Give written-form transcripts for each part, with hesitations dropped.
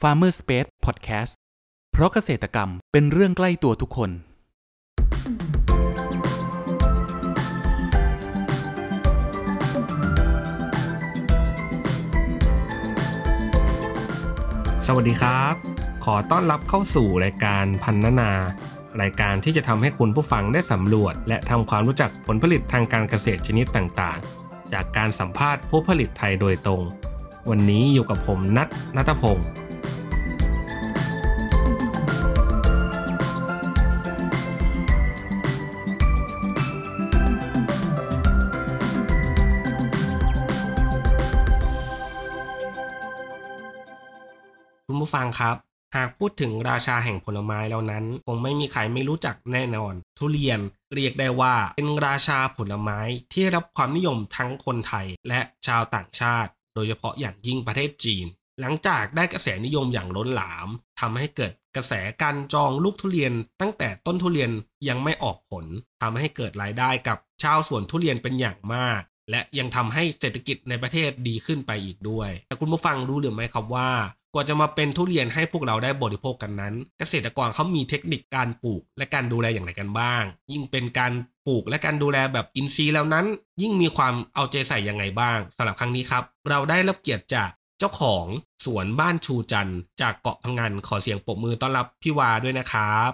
Farmer Space Podcast เพราะเกษตรกรรมเป็นเรื่องใกล้ตัวทุกคนสวัสดีครับขอต้อนรับเข้าสู่รายการพันนานารายการที่จะทำให้คุณผู้ฟังได้สำรวจและทำความรู้จักผลผลิตทางการเกษตรชนิดต่างๆจากการสัมภาษณ์ผู้ผลิตไทยโดยตรงวันนี้อยู่กับผมณัฐพงศ์คุณผู้ฟังครับหากพูดถึงราชาแห่งผลไม้แล้วนั้นคงไม่มีใครไม่รู้จักแน่นอนทุเรียนเรียกได้ว่าเป็นราชาผลไม้ที่ได้รับความนิยมทั้งคนไทยและชาวต่างชาติโดยเฉพาะอย่างยิ่งประเทศจีนหลังจากได้กระแสนิยมอย่างล้นหลามทำให้เกิดกระแสการจองลูกทุเรียนตั้งแต่ต้นทุเรียนยังไม่ออกผลทำให้เกิดรายได้กับชาวสวนทุเรียนเป็นอย่างมากและยังทำให้เศรษฐกิจในประเทศดีขึ้นไปอีกด้วยแต่คุณผู้ฟังรู้หรือไม่ครับว่ากว่าจะมาเป็นทุเรียนให้พวกเราได้บริโภคกันนั้นเกษตรกรเขามีเทคนิคการปลูกและการดูแลอย่างไรกันบ้างยิ่งเป็นการปลูกและการดูแลแบบอินทรีย์แล้วนั้นยิ่งมีความเอาใจใส่ยังไงบ้างสำหรับครั้งนี้ครับเราได้รับเกียรติจากเจ้าของสวนบ้านชูจันทร์จากเกาะพะงันขอเสียงปรบมือต้อนรับพี่วาด้วยนะครับ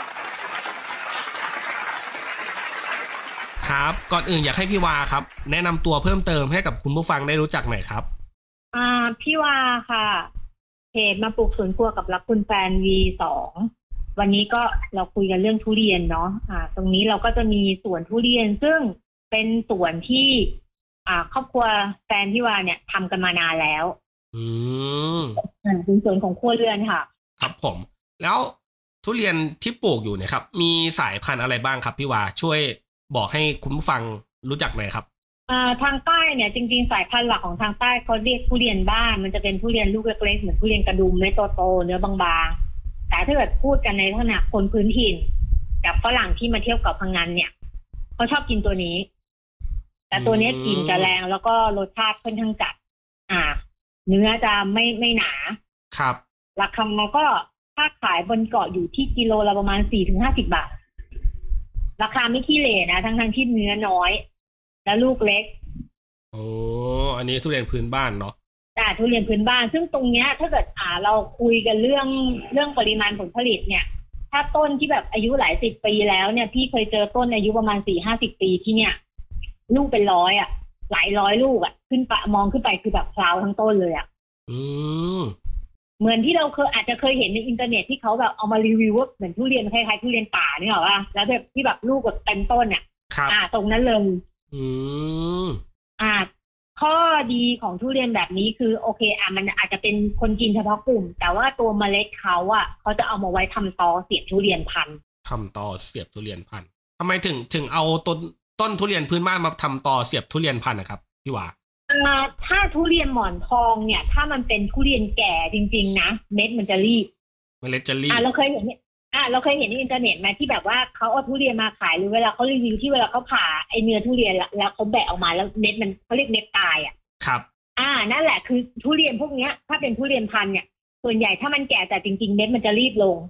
ครับก่อนอื่นอยากให้พี่วาครับแนะนำตัวเพิ่มเติมให้กับคุณผู้ฟังได้รู้จักหน่อยครับพี่วาค่ะเพจมาปลูกสวนครัวกับรักคุณแฟน V2 วันนี้ก็เราคุยกันเรื่องทุเรียนเนาะตรงนี้เราก็จะมีสวนทุเรียนซึ่งเป็นสวนที่ครอบครัวแฟนพี่วาเนี่ยทำกันมานานแล้วเป็นสวนของครัวเรือนค่ะครับผมแล้วทุเรียนที่ปลูกอยู่เนี่ยครับมีสายพันธุ์อะไรบ้างครับพี่วาช่วยบอกให้คุณผู้ฟังรู้จักหน่อยครับทางใต้เนี่ยจริงๆสายพันธุ์หลักของทางใต้เขาเรียกทุเรียนบ้านมันจะเป็นทุเรียนลูกเล็กๆเหมือนทุเรียนกระดุมเม็ดโตๆเนื้อบางๆแต่ถ้าเกิดพูดกันในลักษณะคนพื้นถิ่นกับฝรั่งที่มาเที่ยวเกาะพะงันเนี่ยเขาชอบกินตัวนี้แต่ตัวนี้กลิ่นจะแรงแล้วก็รสชาติค่อนข้างจัดเนื้อจะไม่หนาครับราคามันก็ถ้าขายบนเกาะอยู่ที่กิโลละประมาณ 4-50 บาทราคาไม่ขี้เหร่นะทั้งที่เนื้อน้อยและลูกเล็กโอ้อันนี้ทุเรียนพื้นบ้านเนาะทุเรียนพื้นบ้านซึ่งตรงเนี้ยถ้าเกิดเราคุยกันเรื่องปริมาณผลผลิตเนี่ยถ้าต้นที่แบบอายุหลายสิบปีแล้วเนี่ยพี่เคยเจอต้นอายุประมาณ 4-50 ปีที่เนี่ยลูกเป็นร้อยหลายร้อยลูกขึ้นไปมองขึ้นไปคือแบบพลาวทั้งต้นเลยเหมือนที่เราอาจจะเคยเห็นในอินเทอร์เน็ตที่เขาแบบเอามารีวิวว่าเหมือนทุเรียนคล้ายๆทุเรียนป่านี่หรอวะแล้วแบบที่แบบลูกแบบเต็มต้นเนี่ยตรงนั้นเลยข้อดีของทุเรียนแบบนี้คือโอเคมันอาจจะเป็นคนกินเฉพาะกลุ่มแต่ว่าตัวเมล็ดเขาจะเอามาไว้ทำตอเสียบทุเรียนพันธุ์ทำตอเสียบทุเรียนพันธุ์ทำไมถึงเอาต้นทุเรียนพื้นบ้านมาทำตอเสียบทุเรียนพันธุ์นะครับพี่วาถ้าทุเรียนหมอนทองเนี่ยถ้ามันเป็นทุเรียนแก่จริงๆนะเม็ดมันจะรีบเมล็ดจะรีบเราเคยเห็นในอินเทอร์เน็ตมาที่แบบว่าเขาเอาทุเรียนมาขายหรือเวลาเขารีวิวที่เวลาเขาผ่าไอเนื้อทุเรียนแล้วเขาแบะออกมาแล้วเม็ดมันเขาเรียกเม็ดตายครับนั่นแหละคือทุเรียนพวกเนี้ยถ้าเป็นทุเรียนพันธุ์เนี่ยส่วนใหญ่ถ้ามันแก่แต่จริงๆเม็ดมันจะรีบลง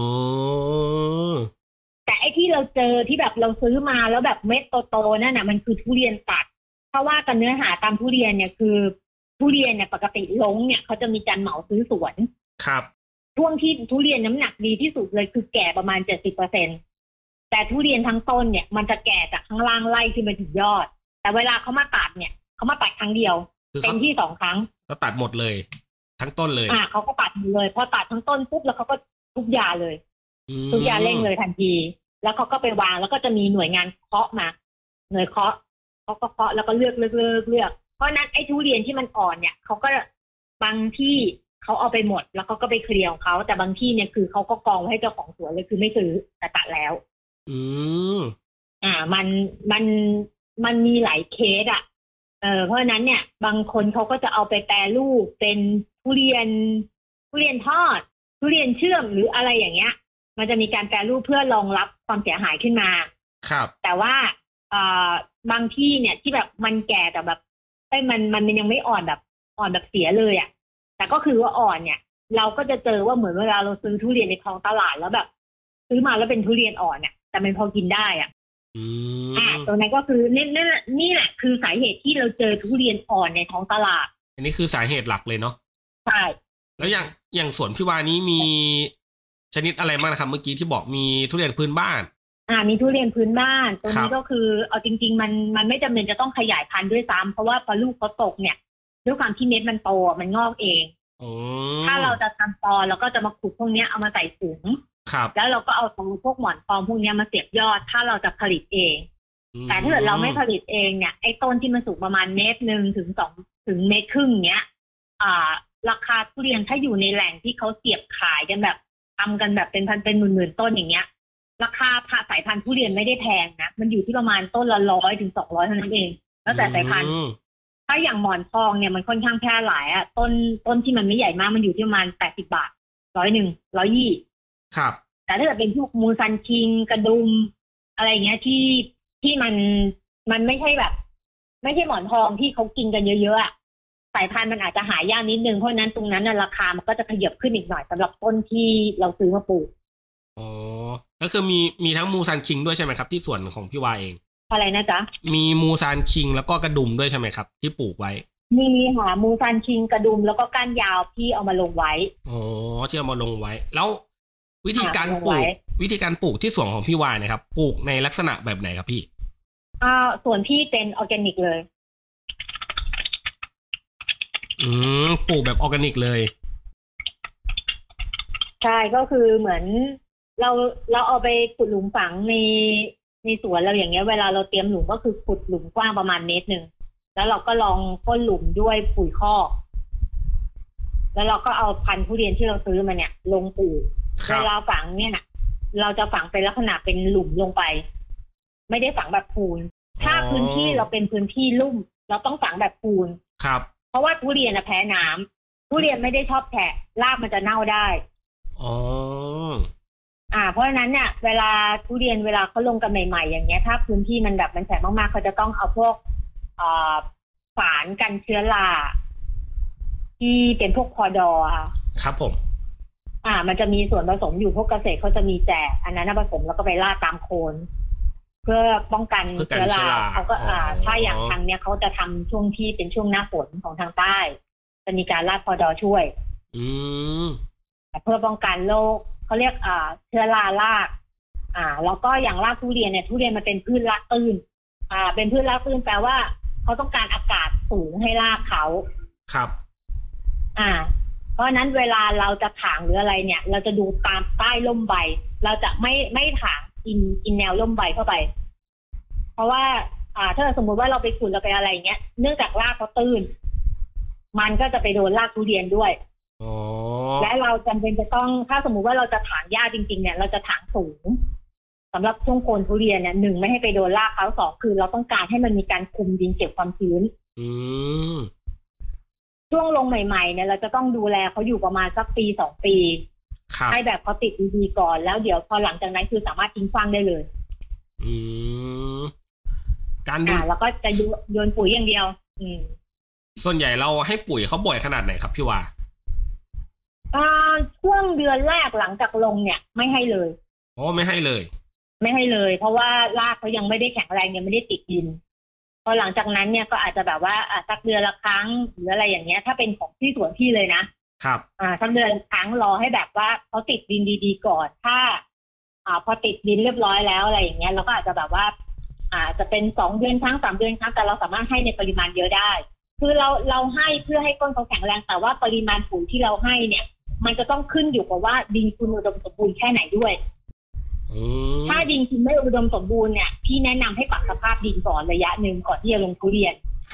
แต่ไอที่เราเจอที่แบบเราซื้อมาแล้วแบบเม็ดโตๆนั่นน่ะมันคือทุเรียนตัดเพราะว่ากันเนื้อหาตามทุเรียนเนี่ยคือทุเรียนเนี่ยปกติลงเนี่ยเขาจะมีการเหมาซื้อสวนครับช่วงที่ทุเรียนน้ำหนักดีที่สุดเลยคือแก่ประมาณ 70% แต่ทุเรียนทั้งต้นเนี่ยมันจะแก่จากข้างล่างไล่ขึ้นไปถึงยอดแต่เวลาเขามาตัดเนี่ยเขามาตัดครั้งเดียวเป็นที่2ครั้งก็ตัดหมดเลยทั้งต้นเลยเขาก็ตัดเลยพอตัดทั้งต้นปุ๊บแล้วเขาก็ทุบยาเลยทุบยาเร่งเลยทันทีแล้วเขาก็ไปวางแล้วก็จะมีหน่วยงานเคาะมาหน่วยเคาะเขาก็เคาะแล้วก็เลือกเพราะนั้นไอ้ทุเรียนที่มันอ่อนเนี่ยเขาก็บางที่เขาเอาไปหมดแล้วเขาก็ไปเคลียร์ของเขาแต่บางที่เนี่ยคือเขาก็กองไว้ให้เจ้าของสวนเลยคือไม่ซื้อแต่ตัดแล้วมันมีหลายเคสเพราะนั้นเนี่ยบางคนเขาก็จะเอาไปแปรรูปเป็นทุเรียนทอดทุเรียนเชื่อมหรืออะไรอย่างเงี้ยมันจะมีการแปรรูปเพื่อรองรับความเสียหายขึ้นมาครับแต่ว่าบางที่เนี่ยที่แบบมันแก่แต่แบบมันยังไม่อ่อนแบบเสียเลยแต่ก็คือว่าอ่อนเนี่ยเราก็จะเจอว่าเหมือนเวลาเราซื้อทุเรียนในท้องตลาดแล้วแบบซื้อมาแล้วเป็นทุเรียนอ่อนเนี่ยแต่มันพอกินได้อ่ะตรงนั้นก็คือนี่แหละคือสาเหตุที่เราเจอทุเรียนอ่อนในท้องตลาดอันนี้คือสาเหตุหลักเลยเนาะใช่แล้วอย่างสวนพี่วานี้มีชนิดอะไรบ้างนะครับเมื่อกี้ที่บอกมีทุเรียนพื้นบ้านมีทุเรียนพื้นบ้านตรงนี้ก็คือเอาจริงๆมันไม่จำเป็นจะต้องขยายพันธุ์ด้วยซ้ำเพราะว่าพอลูกเขาตกเนี่ยด้วยความที่เม็ดมันโตมันงอกเองถ้าเราจะทำตอเราก็จะมาขุดพวกนี้เอามาใส่ถุงแล้วเราก็เอาตรงพวกหมอนทองพวกนี้มาเสียบยอดถ้าเราจะผลิตเองแต่ถ้าเกิดเราไม่ผลิตเองเนี่ยไอ้ต้นที่มันสูงประมาณ1 ถึง 2 ถึง1.5 เมตรเนี้ยราคาทุเรียนถ้าอยู่ในแหล่งที่เขาเสียบขายกันแบบทำกันแบบเป็นพันเป็นหมื่นต้นอย่างเงี้ยราคาสายพันธุ์ทุเรียนไม่ได้แพงนะมันอยู่ที่ประมาณต้นละ100 ถึง 200เท่านั้นเองแล้วแต่สายพันธุ์ถ้าอย่างหมอนทองเนี่ยมันค่อนข้างแพร่หลายอ่ะต้นที่มันไม่ใหญ่มากมันอยู่ที่ประมาณ80 บาท100 120 ครับแต่ถ้าเกิดเป็นพวกมูซันคิงกระดุมอะไรเงี้ยที่มันไม่ใช่แบบไม่ใช่หมอนทองที่เขากินกันเยอะๆอ่ะสายพันธุ์มันอาจจะหายากนิดนึงเพราะนั้นตรงนั้นราคามันก็จะขยับขึ้นอีกหน่อยสำหรับต้นที่เราซื้อมาปลูกก็คือมีทั้งมูซันคิงด้วยใช่ไหมครับที่สวนของพี่วาเองอะไรนะจ๊ะมีมูซันคิงแล้วก็กระดุมด้วยใช่ไหมครับที่ปลูกไว้มีค่ะมูซันคิงกระดุมแล้วก็ก้านยาวที่เอามาลงไว้ที่เอามาลงไว้แล้ววิธีการปลูกที่สวนของพี่วานะครับปลูกในลักษณะแบบไหนครับพี่ส่วนที่เป็นออร์แกนิกเลยปลูกแบบออร์แกนิกเลยใช่ก็คือเหมือนเราเอาไปขุดหลุมฝังในสวนเราอย่างเงี้ยเวลาเราเตรียมหลุมก็คือขุดหลุมกว้างประมาณ1 เมตรแล้วเราก็ลองก้นหลุมด้วยปุ๋ยคอกแล้วเราก็เอาพันธุ์ทุเรียนที่เราซื้อมาเนี่ยลงปลูกเวลาฝังเนี่ยนะเราจะฝังเป็นลักษณะเป็นหลุมลงไปไม่ได้ฝังแบบปูนถ้าพื้นที่เราเป็นพื้นที่ลุ่มเราต้องฝังแบบปูนครับเพราะว่าทุเรียนแพ้น้ำทุเรียนไม่ได้ชอบแฉะรากมันจะเน่าได้เพราะฉะนั้นเนี่ยเวลาทุเรียนเวลาเขาลงกันใหม่ๆอย่างเงี้ยถ้าพื้นที่มันแบบมันแฉะมากๆเขาจะต้องเอาพวกฝานกันเชื้อราที่เป็นพวกพอดอค่ะครับผมมันจะมีส่วนผสมอยู่พวกเกษตรเขาจะมีแจกอันนั้นผสมแล้วก็ไปราดตามโคนเพื่อป้องกันเชื้อราเขาก็ถ้าอย่างทางเนี้ยเขาจะทำช่วงที่เป็นช่วงหน้าฝนของทางใต้จะมีการราดพอดอช่วยเพื่อป้องกันโรคเขาเรียกเชื้อรารากแล้วก็อย่างรากทุเรียนเนี่ยทุเรียนมันเป็นพืชรากตื้นเป็นพืชรากตื้นแปลว่าเขาต้องการอากาศสูงให้รากเขาครับเพราะนั้นเวลาเราจะถางหรืออะไรเนี่ยเราจะดูตามใต้ร่มใบเราจะไม่ถางกินแนวร่มใบเข้าไปเพราะว่าถ้าสมมติว่าเราไปขุดเราไปอะไรเงี้ยเนื่องจากรากเขาตื้นมันก็จะไปโดนรากทุเรียนด้วยและเราจำเป็นจะต้องถ้าสมมุติว่าเราจะถางหญ้าจริงๆเนี่ยเราจะถางสูงสำหรับช่วงโคนทุเรียนเนี่ย1ไม่ให้ไปโดนรากเขา2คือเราต้องการให้มันมีการคุมดินเก็บความชื้นช่วงลงใหม่ๆเนี่ยเราจะต้องดูแลเขาอยู่ประมาณสักปี2 ปีให้แบบเขาติดดีๆก่อนแล้วเดี๋ยวพอหลังจากนั้นคือสามารถทิ้งฟางได้เลยการดูแล้วก็จะโยนปุ๋ยอย่างเดียวส่วนใหญ่เราให้ปุ๋ยเขาบ่อยขนาดไหนครับพี่วาช่วงเดือนแรกหลังจากลงเนี่ยไม่ให้เลยไม่ให้เลยเพราะว่ารากเขายังไม่ได้แข็งแรงยังไม่ได้ติดดินพอหลังจากนั้นเนี่ยก็อาจจะแบบว่าสักเดือนละครั้งหรืออะไรอย่างเงี้ยถ้าเป็นของที่สวนพี่เลยนะครับสักเดือนครั้งรอให้แบบว่าเขาติดดินดีๆก่อนถ้าพอติดดินเรียบร้อยแล้วอะไรอย่างเงี้ยเราก็อาจจะแบบว่าจะเป็น2 เดือนครั้ง3 เดือนครั้งแต่เราสามารถให้ในปริมาณเยอะได้คือเราให้เพื่อให้ต้นเขาแข็งแรงแต่ว่าปริมาณปุ๋ยที่เราให้เนี่ยมันจะต้องขึ้นอยู่กับว่าดินคุณอุดมสมบูรณ์แค่ไหนด้วยถ้าดินคุณไม่อุดมสมบูรณ์เนี่ยพี่แนะนำให้ปรับสภาพดินก่อนระยะหนึ่งก่อนที่จะลงทุเรียน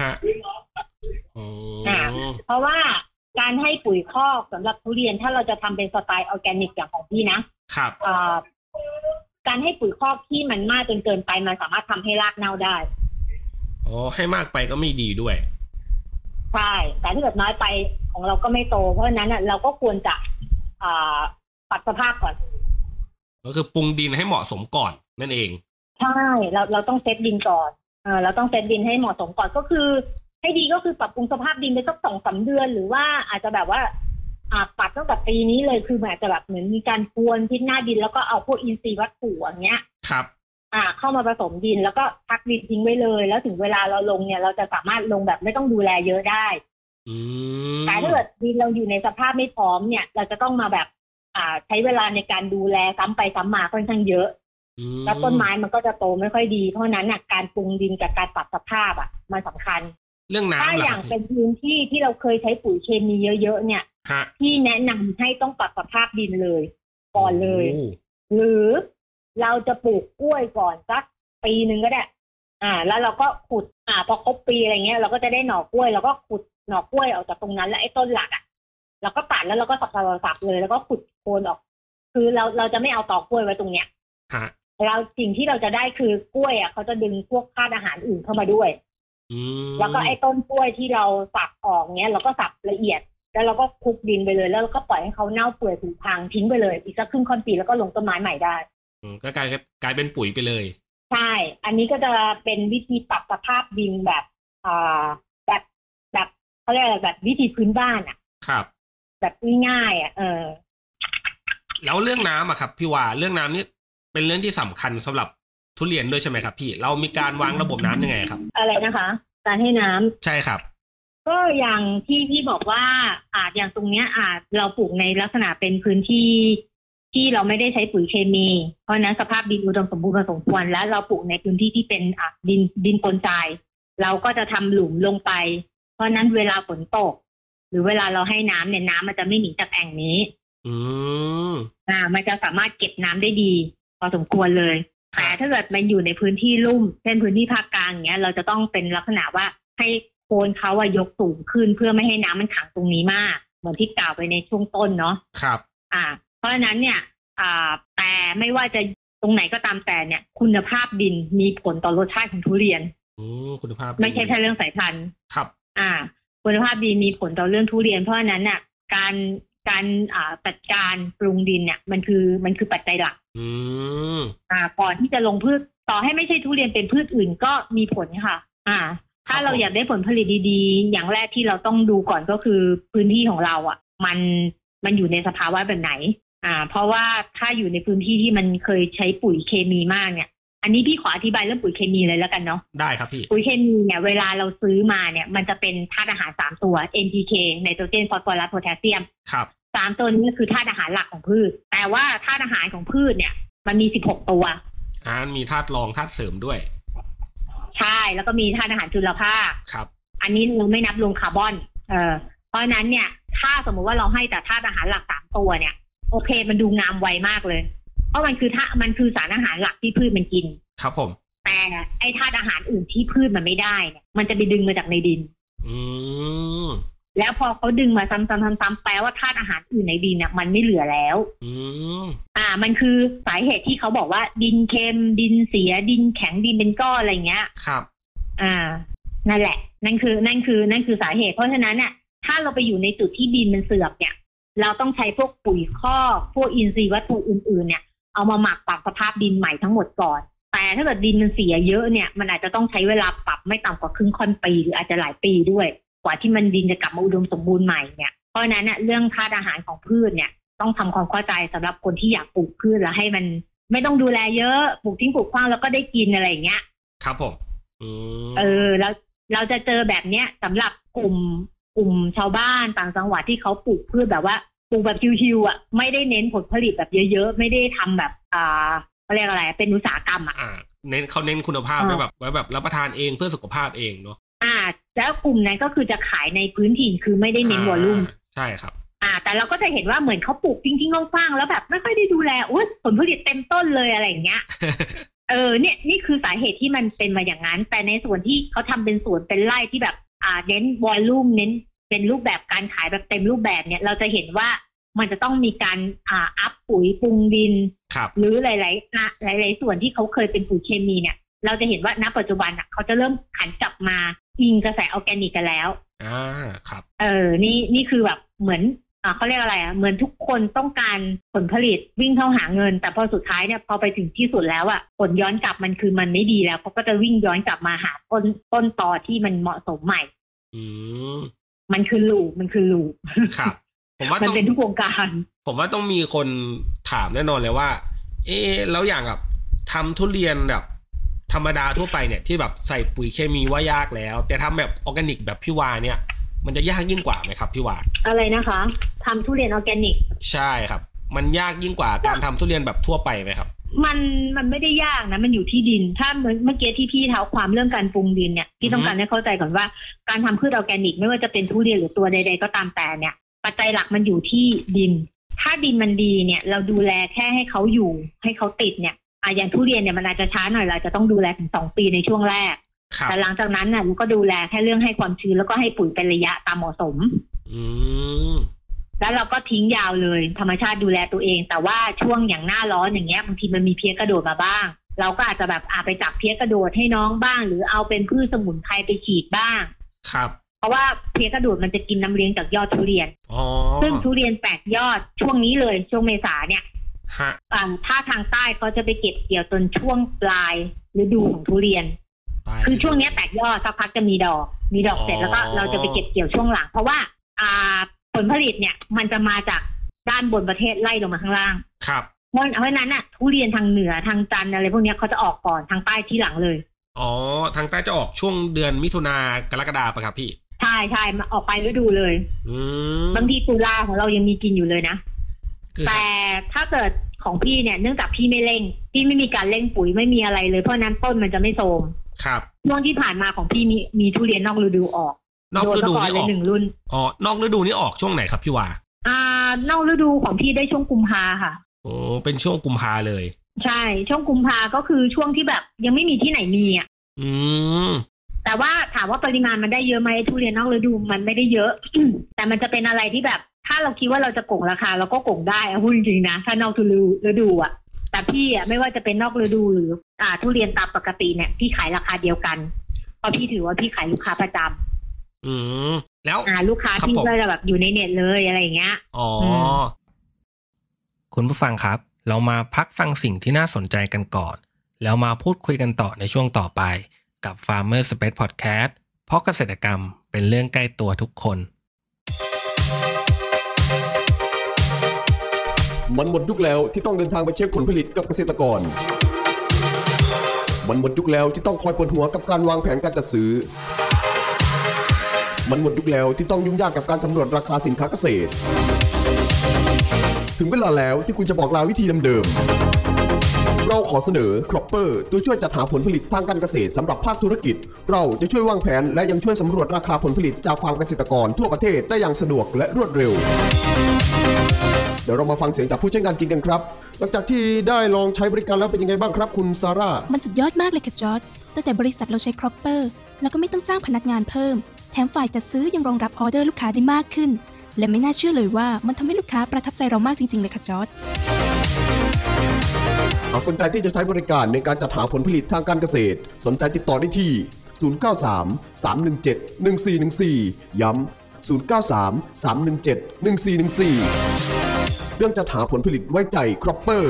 เพราะว่าการให้ปุ๋ยคอกสำหรับทุเรียนถ้าเราจะทำเป็นสไตล์ออร์แกนิกอย่างของพี่นะครับการให้ปุ๋ยคอกที่มันมากจนเกินไปมันสามารถทำให้รากเน่าได้ให้มากไปก็ไม่ดีด้วยใช่แต่ถ้าเกิดน้อยไปของเราก็ไม่โตเพราะฉะนั้นเราก็ควรจะปรับสภาพก่อนก็คือปรุงดินให้เหมาะสมก่อนนั่นเองใช่เราต้องเซตดินก่อนเราต้องเซตดินให้เหมาะสมก่อนก็คือให้ดีก็คือปรับปรุงสภาพดินไปสัก2-3 เดือนหรือว่าอาจจะแบบว่าปัดตั้งแต่ปีนี้เลยคืออาจจะแบบเหมือนมีการพรวนพิษหน้าดินแล้วก็เอาพวกอินทรีย์วัตถุอย่างเงี้ยครับเข้ามาผสมดินแล้วก็พักดินทิ้งไว้เลยแล้วถึงเวลาเราลงเนี่ยเราจะสามารถลงแบบไม่ต้องดูแลเยอะได้แต่ถ้าเกิดดินเราอยู่ในสภาพไม่พร้อมเนี่ยเราจะต้องมาแบบใช้เวลาในการดูแลซ้ำไปซ้ำมาค่อนข้างเยอะแล้วต้นไม้มันก็จะโตไม่ค่อยดีเพราะนั้นการปรุงดินกับการปรับสภาพมันสำคัญเรื่องน้ำถ้าอย่างเป็นพื้นที่ที่เราเคยใช้ปุ๋ยเคมีเยอะๆเนี่ยที่แนะนำให้ต้องปรับสภาพดินเลยก่อนเลยหรือเราจะปลูกกล้วยก่อนสักปีนึงก็ได้แล้วเราก็ขุดพอครบปีอะไรเงี้ยเราก็จะได้หน่อกล้วยแล้วก็ขุดหน่อกล้วยออกจากตรงนั้นแล้วไอ้ต้นหลักเราก็ตัดแล้วเราก็สับเลยแล้วก็ขุดโคนออกคือเราจะไม่เอาตอกล้วยไว้ตรงเนี้ยเราสิ่งที่เราจะได้คือกล้วยเขาจะดึงพวกธาตุอาหารอื่นเข้ามาด้วยแล้วก็ไอ้ต้นกล้วยที่เราสับออกเนี้ยเราก็สับละเอียดแล้วเราก็คลุกดินไปเลยแล้วเราก็ปล่อยให้เขาเน่าเปื่อยผุพังทิ้งไปเลยอีกสักครึ่งค่อนปีแล้วก็ลงต้นไม้ใหม่ได้ก็กลายเป็นปุ๋ยไปเลยใช่อันนี้ก็จะเป็นวิธีปรับสภาพดินแบบเขาเรียกอะไรแบบวิธีพื้นบ้านครับแบบง่ายแล้วเรื่องน้ำครับพี่ว่าเรื่องน้ำนี่เป็นเรื่องที่สำคัญสำหรับทุเรียนด้วยใช่ไหมครับพี่เรามีการวางระบบน้ำยังไงครับอะไรนะคะการให้น้ำใช่ครับก็อย่างที่พี่บอกว่าอย่างตรงเนี้ยเราปลูกในลักษณะเป็นพื้นที่ที่เราไม่ได้ใช้ปุ๋ยเคมีเพราะนั้นสภาพดินอุดมสมบูรณ์พอสมควรและเราปลูกในพื้นที่ที่เป็นดินปนทรายเราก็จะทำหลุมลงไปเพราะนั้นเวลาฝนตกหรือเวลาเราให้น้ำเนี่ยน้ำมันจะไม่หนีจากแอ่งนี้มันจะสามารถเก็บน้ำได้ดีพอสมควรเลยแต่ถ้าเกิดมันอยู่ในพื้นที่ลุ่มเช่นพื้นที่ภาคกลางอย่างเงี้ยเราจะต้องเป็นลักษณะว่าให้โคนเขายกสูงขึ้นเพื่อไม่ให้น้ำมันขังตรงนี้มากเหมือนที่กล่าวไปในช่วงต้นเนาะครับเพราะฉะนั้นเนี่ยแต่ไม่ว่าจะตรงไหนก็ตามแต่เนี่ยคุณภาพดินมีผลต่อรสชาติของทุเรียนคุณภาพไม่ใช่แค่เรื่องสายพันธุ์ครับคุณภาพดินมีผลต่อเรื่องทุเรียนเพราะฉะนั้นน่ะการจัดการปรุงดินเนี่ยมันคือปัจจัยหลักก่อนที่จะลงพืชต่อให้ไม่ใช่ทุเรียนเป็นพืชอื่นก็มีผลค่ะถ้าเราอยากได้ผลผลิตดีๆอย่างแรกที่เราต้องดูก่อนก็คือพื้นที่ของเรามันอยู่ในสภาวะแบบไหนเพราะว่าถ้าอยู่ในพื้นที่ที่มันเคยใช้ปุ๋ยเคมีมากเนี่ยอันนี้พี่ขออธิบายเรื่องปุ๋ยเคมีเลยแล้วกันเนาะได้ครับพี่ปุ๋ยเคมีเนี่ยเวลาเราซื้อมาเนี่ยมันจะเป็นธาตุอาหาร3ตัว NPK ไนโตรเจนฟอสฟอรัสโพแทสเซียมครับ 3ตัวนี้คือธาตุอาหารหลักของพืชแต่ว่าธาตุอาหารของพืชเนี่ยมันมี16ตัวมีธาตุรองธาตุเสริมด้วยใช่แล้วก็มีธาตุอาหารจุลภาคครับอันนี้เราไม่นับรวมคาร์บอนเพราะนั้นเนี่ยถ้าสมมติว่าเราให้แต่ธาตุอาหารหลัก3ตัวเนี่ยโอเคมันดูงามไวมากเลยเพราะมันคือสารอาหารหลักที่พืชมันกินครับผมแต่ไอ้ธาตุอาหารอื่นที่พืชมันไม่ได้เนี่ยมันจะไปดึงมาจากในดินแล้วพอเขาดึงมาซ้ำๆๆแปลว่าธาตุอาหารอื่นในดินเนี่ยมันไม่เหลือแล้วมันคือสาเหตุที่เขาบอกว่าดินเค็มดินเสียดินแข็งดินเป็นก้อนอะไรเงี้ยครับนั่นแหละนั่นคือสาเหตุเพราะฉะนั้นเนี่ยถ้าเราไปอยู่ในจุดที่ดินมันเสื่อมเนี่ยเราต้องใช้พวกปุ๋ยคอกพวกอินทรีย์วัตถุอื่นๆเนี่ยเอามาหมักปรับสภาพดินใหม่ทั้งหมดก่อนแต่ถ้าเกิดดินมันเสียเยอะเนี่ยมันอาจจะต้องใช้เวลาปรับไม่ต่ำกว่าครึ่งค่อนปีหรืออาจจะหลายปีด้วยกว่าที่มันดินจะกลับมาอุดมสมบูรณ์ใหม่เนี่ยเพราะฉะนั้นเรื่องธาตุอาหารของพืชเนี่ยต้องทำความเข้าใจสำหรับคนที่อยากปลูกพืชแล้วให้มันไม่ต้องดูแลเยอะปลูกทิ้งปลูกขว้างแล้วก็ได้กินอะไรอย่างเงี้ยครับผมแล้วเราจะเจอแบบเนี้ยสำหรับกลุ่มชาวบ้านต่างจังหวัดที่เขาปลูกพืชแบบว่าปลูกแบบชิวๆไม่ได้เน้นผลผลิตแบบเยอะๆไม่ได้ทำแบบเขาเรียกอะไรเป็นอุตสาหกรรมเขาเน้นคุณภาพไว้แบบรับประทานเองเพื่อสุขภาพเองเนาะแล้วกลุ่มนั้นก็คือจะขายในพื้นถิ่นคือไม่ได้เน้นวอลลุ่มใช่ครับแต่เราก็จะเห็นว่าเหมือนเขาปลูกทิ้งๆกว้างๆแล้วแบบไม่ค่อยได้ดูแลผลผลิตเต็มต้นเลยอะไรอย่างเงี้ยเนี่ยนี่คือสาเหตุที่มันเป็นมาอย่างนั้นแต่ในส่วนที่เขาทำเป็นสวนเป็นไร่ที่แบบเน้นวอลลุ่มเน้นเป็นรูปแบบการขายแบบเต็มรูปแบบเนี่ยเราจะเห็นว่ามันจะต้องมีการอัพปุ๋ยปรุงดินหรือหลายส่วนที่เขาเคยเป็นปุ๋ยเคมีเนี่ยเราจะเห็นว่าณปัจจุบันเขาจะเริ่มขันกลับมาอิงกระแสออร์แกนิกกันแล้วครับนี่คือแบบเหมือนเขาเรียกอะไรเหมือนทุกคนต้องการผลผลิตวิ่งเข้าหาเงินแต่พอสุดท้ายเนี่ยพอไปถึงที่สุดแล้วผลย้อนกลับมันคือมันไม่ดีแล้วเขาก็จะวิ่งย้อนกลับมาหาต้นตอที่มันเหมาะสมใหม่มันคือลูปครับผมว่ามันเป็นทุกวงการผมว่าต้องมีคนถามแน่นอนเลยว่าแล้วอย่างแบบทำทุเรียนแบบธรรมดาทั่วไปเนี่ยที่แบบใส่ปุ๋ยเคมีว่ายากแล้วแต่ทำแบบออร์แกนิกแบบพี่วาเนี่ยมันจะยากยิ่งกว่าไหมครับพี่วาอะไรนะคะทำทุเรียนออร์แกนิกใช่ครับมันยากยิ่งกว่าการทำทุเรียนแบบทั่วไปไหมครับมันไม่ได้ยากนะมันอยู่ที่ดินถ้าเมื่อกี้ที่พี่เท้าความเรื่องการปรุงดินเนี่ยพี่ต้องการให้เข้าใจก่อนว่าการทำพืชออร์แกนิกไม่ว่าจะเป็นทุเรียนหรือตัวใดๆก็ตามแต่เนี่ยปัจจัยหลักมันอยู่ที่ดินถ้าดินมันดีเนี่ยเราดูแลแค่ให้เขาอยู่ให้เขาติดเนี่ยอย่างทุเรียนเนี่ยมันอาจจะช้าหน่อยเราจะต้องดูแลถึง2 ปีในช่วงแรกแต่หลังจากนั้นน่ะเราก็ดูแลแค่เรื่องให้ความชื้นแล้วก็ให้ปุ๋ยเป็นระยะตามเหมาะสมแล้วเราก็ทิ้งยาวเลยธรรมชาติดูแลตัวเองแต่ว่าช่วงอย่างหน้าร้อนอย่างเงี้ยบางทีมันมีเพี้ยกระโดดมาบ้างเราก็อาจจะแบบไปจับเพี้ยกระโดดให้น้องบ้างหรือเอาเป็นพืชสมุนไพรไปฉีดบ้างครับเพราะว่าเพี้ยกระโดดมันจะกินน้ำเลี้ยงจากยอดทุเรียนซึ่งทุเรียนแตกยอดช่วงนี้เลยช่วงเมษาเนี่ยถ้าทางใต้เขาจะไปเก็บเกี่ยวจนช่วงปลายฤดูของทุเรียนคือช่วงนี้แตกยอดสักพักจะมีดอกเสร็จแล้วก็เราจะไปเก็บเกี่ยวช่วงหลังเพราะว่าผลผลิตเนี่ยมันจะมาจากด้านบนประเทศไล่ลงมาข้างล่างครับเพราะนั้นน่ะทุเรียนทางเหนือทางจันทร์อะไรพวกนี้เขาจะออกก่อนทางใต้ที่หลังเลยทางใต้จะออกช่วงเดือนมิถุนากรกฎาคมป่ะครับพี่ใช่มาออกไปฤดูเลยบางทีตุลาของเรายังมีกินอยู่เลยนะแต่ถ้าเกิดของพี่เนี่ยเนื่องจากพี่ไม่เร่งพี่ไม่มีการเร่งปุ๋ยไม่มีอะไรเลยเพราะนั้นต้นมันจะไม่โทรมครับช่วงที่ผ่านมาของพี่มีทุเรียนนอกฤดูออกนอกฤดูนี่ออก1 รุ่นนอกฤดูนี่ออกช่วงไหนครับพี่วานอกฤดูของพี่ได้ช่วงกุมภาค่ะเป็นช่วงกุมภาเลยใช่ช่วงกุมภาก็คือช่วงที่แบบยังไม่มีที่ไหนมีแต่ว่าถามว่าปริมาณมันได้เยอะไหมทุเรียนนอกฤดูมันไม่ได้เยอะ แต่มันจะเป็นอะไรที่แบบถ้าเราคิดว่าเราจะโกงราคาเราก็โกงได้พูดจริงๆนะถ้านอกฤดูอ่ะแต่พี่อ่ะไม่ว่าจะเป็นนอกฤดูหรือทุเรียนตามปกติเนี่ยพี่ขายราคาเดียวกันเพราะพี่ถือว่าพี่ขายลูกค้าประจำแล้วลูกค้าที่ก็จะแบบอยู่ในเน็ตเลยอะไรอย่างเงี้ยคุณผู้ฟังครับเรามาพักฟังสิ่งที่น่าสนใจกันก่อนแล้วมาพูดคุยกันต่อในช่วงต่อไปกับ Farmer Space Podcast เพราะเกษตรกรรมเป็นเรื่องใกล้ตัวทุกคนมันหมดยุคแล้วที่ต้องเดินทางไปเช็คผลผลิตกับเกษตรกรมันหมดยุคแล้วที่ต้องคอยปวดหัวกับการวางแผนการจัดซื้อมันหมดยุคแล้วที่ต้องยุ่งยากกับการสำรวจราคาสินค้าเกษตรถึงเวลาแล้วที่คุณจะบอกลาวิธีเดิมๆเราขอเสนอ Cropper ตัวช่วยจัดหาผลผลิตทางการเกษตรสำหรับภาคธุรกิจเราจะช่วยวางแผนและยังช่วยสำรวจราคาผลผลิตจากฟาร์มเกษตรกรทั่วประเทศได้อย่างสะดวกและรวดเร็วเดี๋ยวเรามาฟังเสียงจากผู้ใช้งานจริงกันครับหลังจากที่ได้ลองใช้บริการแล้วเป็นยังไงบ้างครับคุณซาร่ามันสุดยอดมากเลยค่ะจอร์จตั้งแต่บริษัทเราใช้ Cropper แล้วก็ไม่ต้องจ้างพนักงานเพิ่มแถมฝ่ายจัดซื้อยังรองรับออเดอร์ลูกค้าได้มากขึ้นและไม่น่าเชื่อเลยว่ามันทำให้ลูกค้าประทับใจเรามากจริงๆเลยค่ะจอร์จหากสนใจที่จะใช้บริการในการจัดหาผลผลิตทางการเกษตรสนใจติดต่อได้ที่093-317-1414ย้ำ093-317-1414เรื่องจัดหาผลผลิตไว้ใจ Cropper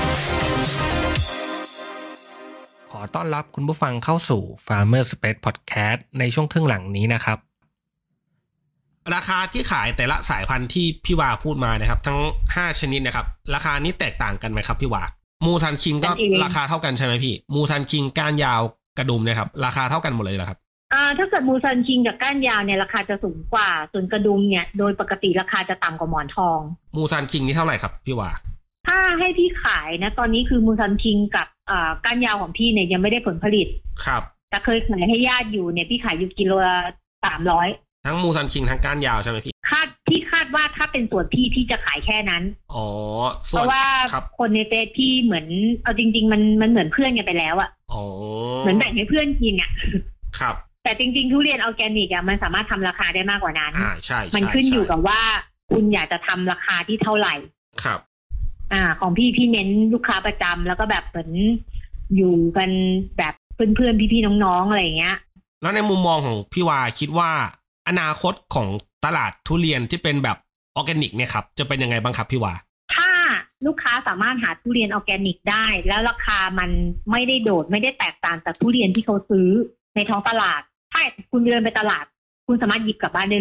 ขอต้อนรับคุณผู้ฟังเข้าสู่ Farmer Space Podcast ในช่วงครึ่งหลังนี้นะครับราคาที่ขายแต่ละสายพันธุ์ที่พี่วาพูดมานะครับทั้ง5ชนิดนะครับราคานี้แตกต่างกันไหมครับพี่วามูซันคิงก็ราคาเท่ากันใช่ไหมพี่มูซันคิงก้านยาวกระดุมเนี่ยครับราคาเท่ากันหมดเลยเหรอครับถ้าเกิดมูซันคิงกับก้านยาวเนี่ยราคาจะสูงกว่าส่วนกระดุมเนี่ยโดยปกติราคาจะต่ำกว่าหมอนทองมูซันคิงนี่เท่าไหร่ครับพี่วาถ้าให้พี่ขายนะตอนนี้คือมูซันคิงกับก้านยาวของพี่เนี่ยยังไม่ได้ผลผลิตครับแต่เคยขายให้ญาติอยู่เนี่ยพี่ขายอยู่กิโลละ300 ทั้งมูซันคิงทั้งก้านยาวใช่ไหมพี่คาดว่าถ้าเป็นส่วนพี่จะขายแค่นั้นเพราะว่าคนในเฟซพี่เหมือนเอาจริงๆมันเหมือนเพื่อนกันไปแล้วอ่ะเหมือนแบ่งให้เพื่อนกินอ่ะครับแต่จริงๆทุเรียนออร์แกนิกอ่ะมันสามารถทำราคาได้มากกว่านั้นใช่มันขึ้นอยู่กับว่าคุณอยากจะทำราคาที่เท่าไหร่ครับของพี่เน้นลูกค้าประจำแล้วก็แบบเหมือนอยู่กันแบบเพื่อนๆพี่ๆน้องๆอะไรอย่างเงี้ยแล้วในมุมมองของพี่วาคิดว่าอนาคตของตลาดทุเรียนที่เป็นแบบออร์แกนิกเนี่ยครับจะเป็นยังไงบ้างครับพี่วาถ้าลูกค้าสามารถหาทุเรียนออร์แกนิกได้แล้วราคามันไม่ได้โดดไม่ได้แตกต่างจากทุเรียนที่เขาซื้อในท้องตลาดถ้าคุณเดินไปตลาดคุณสามารถหยิบกลับบ้านได้เลย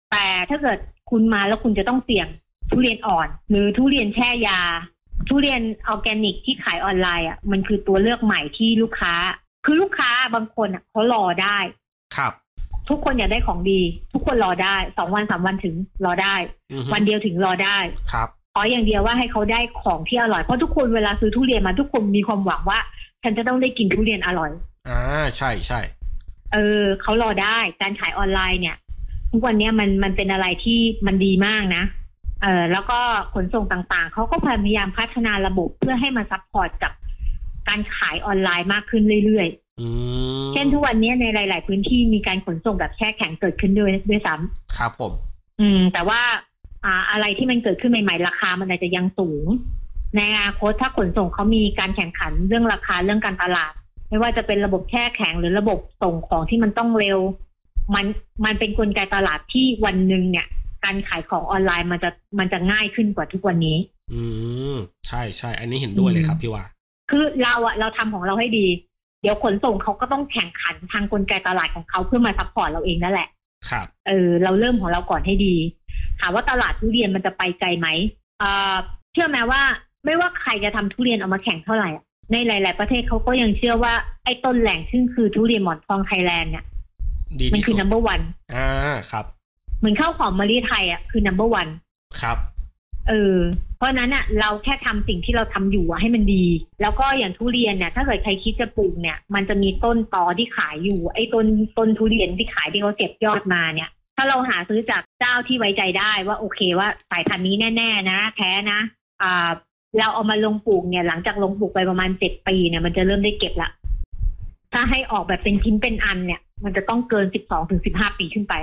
แต่ถ้าเกิดคุณมาแล้วคุณจะต้องเสี่ยงทุเรียนอ่อนหรือทุเรียนแช่ยาทุเรียนออร์แกนิกที่ขายออนไลน์อ่ะมันคือตัวเลือกใหม่ที่ลูกค้าคือลูกค้าบางคนอ่ะเขารอได้ครับทุกคนอยากได้ของดีทุกคนรอได้2 วัน 3 วันถึงรอได้วันเดียวถึงรอได้ครับขออย่างเดียวว่าให้เขาได้ของที่อร่อยเพราะทุกคนเวลาซื้อทุเรียนมาทุกคนมีความหวังว่าฉันจะต้องได้กินทุเรียนอร่อยใช่ใช่เขารอได้การขายออนไลน์เนี่ยทุกวันนี้มันเป็นอะไรที่มันดีมากนะแล้วก็ขนส่งต่างๆเขาก็พยายามพัฒนาระบบเพื่อให้มาซัพพอร์ตกับการขายออนไลน์มากขึ้นเรื่อยๆเช่นทุกวันนี้ในหลายๆพื้นที่มีการขนส่งแบบแช่แข็งเกิดขึ้นด้วยซ้ำครับผมแต่ว่าอะไรที่มันเกิดขึ้นใหม่ๆราคามันอาจจะยังสูงในอนาคตถ้าขนส่งเขามีการแข่งขันเรื่องราคาเรื่องการตลาดไม่ว่าจะเป็นระบบแช่แข็งหรือระบบส่งของที่มันต้องเร็วมันเป็นกลไกตลาดที่วันนึงเนี่ยการขายของออนไลน์มันจะง่ายขึ้นกว่าทุกวันนี้ใช่ใช่อันนี้เห็นด้วยเลยครับพี่ว่าคือเราทำของเราให้ดีเดี๋ยวขนส่งเขาก็ต้องแข่งขันทางกลไกตลาดของเขาเพื่อมาซัพพอร์ตเราเองนั่นแหละครับเราเริ่มของเราก่อนให้ดีถามว่าตลาดทุเรียนมันจะไปไกลไหมเชื่อไหมว่าไม่ว่าใครจะทำทุเรียนออกมาแข่งเท่าไหร่ในหลายๆประเทศเขาก็ยังเชื่อว่าไอ้ต้นแหล่งซึ่งคือทุเรียนหมอนทองไทยแลนด์เนี่ยมันคือ number 1 ครับเหมือนข้าวหอมมะลิไทยคือ number 1 ครับเพราะนั้นเราแค่ทำสิ่งที่เราทำอยู่ให้มันดีแล้วก็อย่างทุเรียนเนี่ยถ้าเกิดใครคิดจะปลูกเนี่ยมันจะมีต้นตอที่ขายอยู่ไอ้ต้นทุเรียนที่ขายที่เขาเก็บยอดมาเนี่ยถ้าเราหาซื้อจากเจ้าที่ไว้ใจได้ว่าโอเคว่าสายพันธุ์นี้แน่ๆนะแท้นะเราเอามาลงปลูกเนี่ยหลังจากลงปลูกไปประมาณ7 ปีเนี่ยมันจะเริ่มได้เก็บละถ้าให้ออกแบบเป็นชิ้นเป็นอันเนี่ยมันจะต้องเกิน12-15 ปีขึ้นไป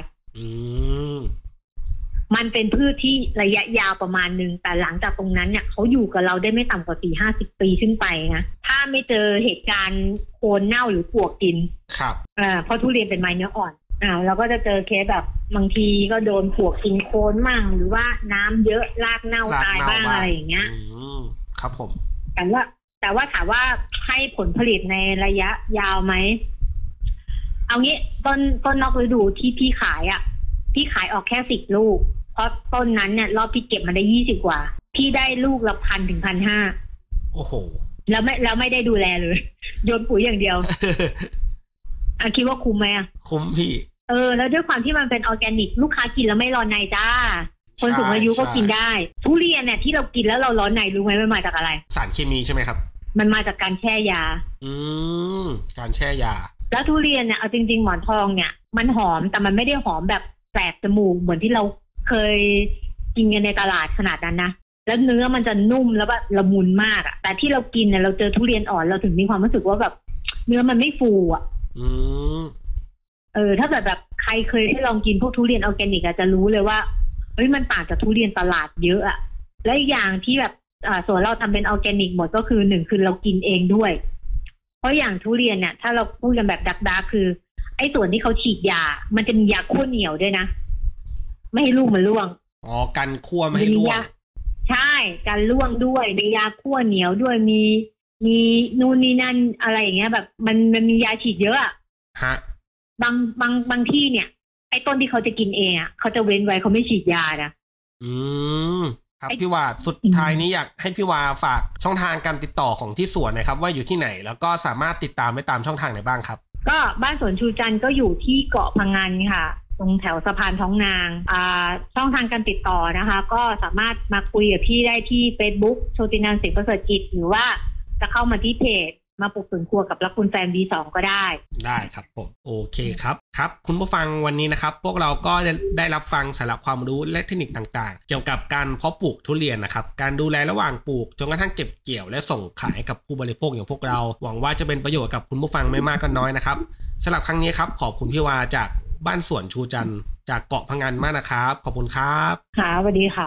มันเป็นพืชที่ระยะยาวประมาณนึงแต่หลังจากตรงนั้นเนี่ยเขาอยู่กับเราได้ไม่ต่ำกว่า50 ปีขึ้นไปนะถ้าไม่เจอเหตุการณ์โคนเน่าหรือปลวกกินครับเพราะทุเรียนเป็นไม้เนื้ออ่อนเราก็จะเจอเคสแบบบางทีก็โดนปลวกกินโคนมั่งหรือว่าน้ำเยอะรากเน่าตายบ้างอะไรอย่างเงี้ยครับผมแต่ว่าถามว่าให้ผลผลิตในระยะยาวไหมเอางี้ต้นนอกฤดูที่พี่ขายพี่ขายออกแค่10 ลูกเพราะต้นนั้นเนี่ยรอบพี่เก็บมาได้20 กว่าพี่ได้ลูกละ1,000 ถึง 1,500 โอ้โหแล้วไม่ได้ดูแลเลยโยนปุ๋ยอย่างเดียวคิดว่าคุ้มไหมคุ้มพี่แล้วด้วยความที่มันเป็นออร์แกนิกลูกค้ากินแล้วไม่ร้อนในจ้าคนสูงอายุก็กินได้ทุเรียนเนี่ยที่เรากินแล้วเราร้อนในรู้ไหมมันมาจากอะไรสารเคมีใช่ไหมครับมันมาจากการแช่ยาการแช่ยาแล้วทุเรียนเนี่ยเอาจริงๆหมอนทองเนี่ยมันหอมแต่มันไม่ได้หอมแบบแสบจมูกเหมือนที่เราเคยกินกันในตลาดขนาดนั้นนะแล้วเนื้อมันจะนุ่มแล้วแบบละมุนมากแต่ที่เรากินเนี่ยเราเจอทุเรียนอ่อนเราถึงมีความรู้สึกว่าแบบเนื้อมันไม่ฟูถ้าแบบใครเคยได้ลองกินพวกทุเรียนออร์แกนิกจะรู้เลยว่าเฮ้ยมันต่างจากทุเรียนตลาดเยอะและอีกอย่างที่แบบส่วนเราทำเป็นออร์แกนิกหมดก็คือ1คือเรากินเองด้วยเพราะอย่างทุเรียนเนี่ยถ้าเราพูดกันแบบดักคือไอ้ส่วนที่เขาฉีดยามันจะมียาคั่วเหนียวด้วยนะไม่ให้ลูกมันร่วงกันคั่วไม่ให้ร่วงใช่กันร่วงด้วยมียาคั่วเหนียวด้วยมีนู่นนี่นั่นอะไรอย่างเงี้ยแบบมันมียาฉีดเยอะฮะบางที่เนี่ยไอ้ต้นที่เขาจะกินเองเขาจะเว้นไว้เขาไม่ฉีดยานะครับพี่วาสุดท้ายนี้อยากให้พี่วาฝากช่องทางการติดต่อของที่สวนนะครับว่าอยู่ที่ไหนแล้วก็สามารถติดตามได้ตามช่องทางไหนบ้างครับก็บ้านสวนชูจันทร์ก็อยู่ที่เกาะพังงานค่ะตรงแถวสะพานท้องนางช่องทางการติดต่อนะคะก็สามารถมาคุยกับพี่ได้ที่ Facebook โชตินันท์ ศรีประเสริฐกิจหรือว่าจะเข้ามาที่เพจมาปลูกสวนครัวกับรักคุณแฟน B2 ก็ได้ครับผมโอเคครับคุณผู้ฟังวันนี้นะครับพวกเราก็ได้รับฟังสาระความรู้และเทคนิคต่างๆเกี่ยวกับการเพาะปลูกทุเรียนนะครับการดูแลระหว่างปลูกจนกระทั่งเก็บเกี่ยวและส่งขายกับผู้บริโภคอย่างพวกเราหวังว่าจะเป็นประโยชน์กับคุณผู้ฟังไม่มากก็น้อยนะครับสำหรับครั้งนี้ครับขอบคุณพี่วาจากบ้านสวนชูจันทร์จากเกาะพังงานมากนะครับขอบคุณครับค่ะสวัสดีค่ะ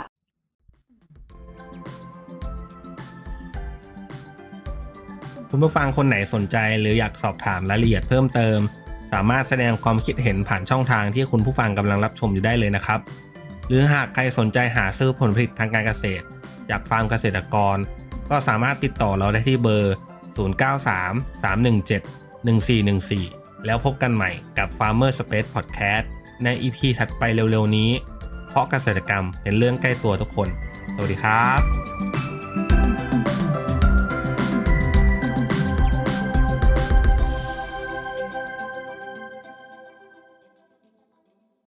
คุณผู้ฟังคนไหนสนใจหรืออยากสอบถามรายละเอียดเพิ่มเติมสามารถแสดงความคิดเห็นผ่านช่องทางที่คุณผู้ฟังกำลังรับชมอยู่ได้เลยนะครับหรือหากใครสนใจหาซื้อผลผลิตทางการเกษตรจากฟาร์มเกษตรกรก็สามารถติดต่อเราได้ที่เบอร์0933171414แล้วพบกันใหม่กับ Farmer Space Podcast ใน EP ถัดไปเร็วๆนี้เพราะเกษตรกรรมเป็นเรื่องใกล้ตัวทุกคนสวัสดีครับ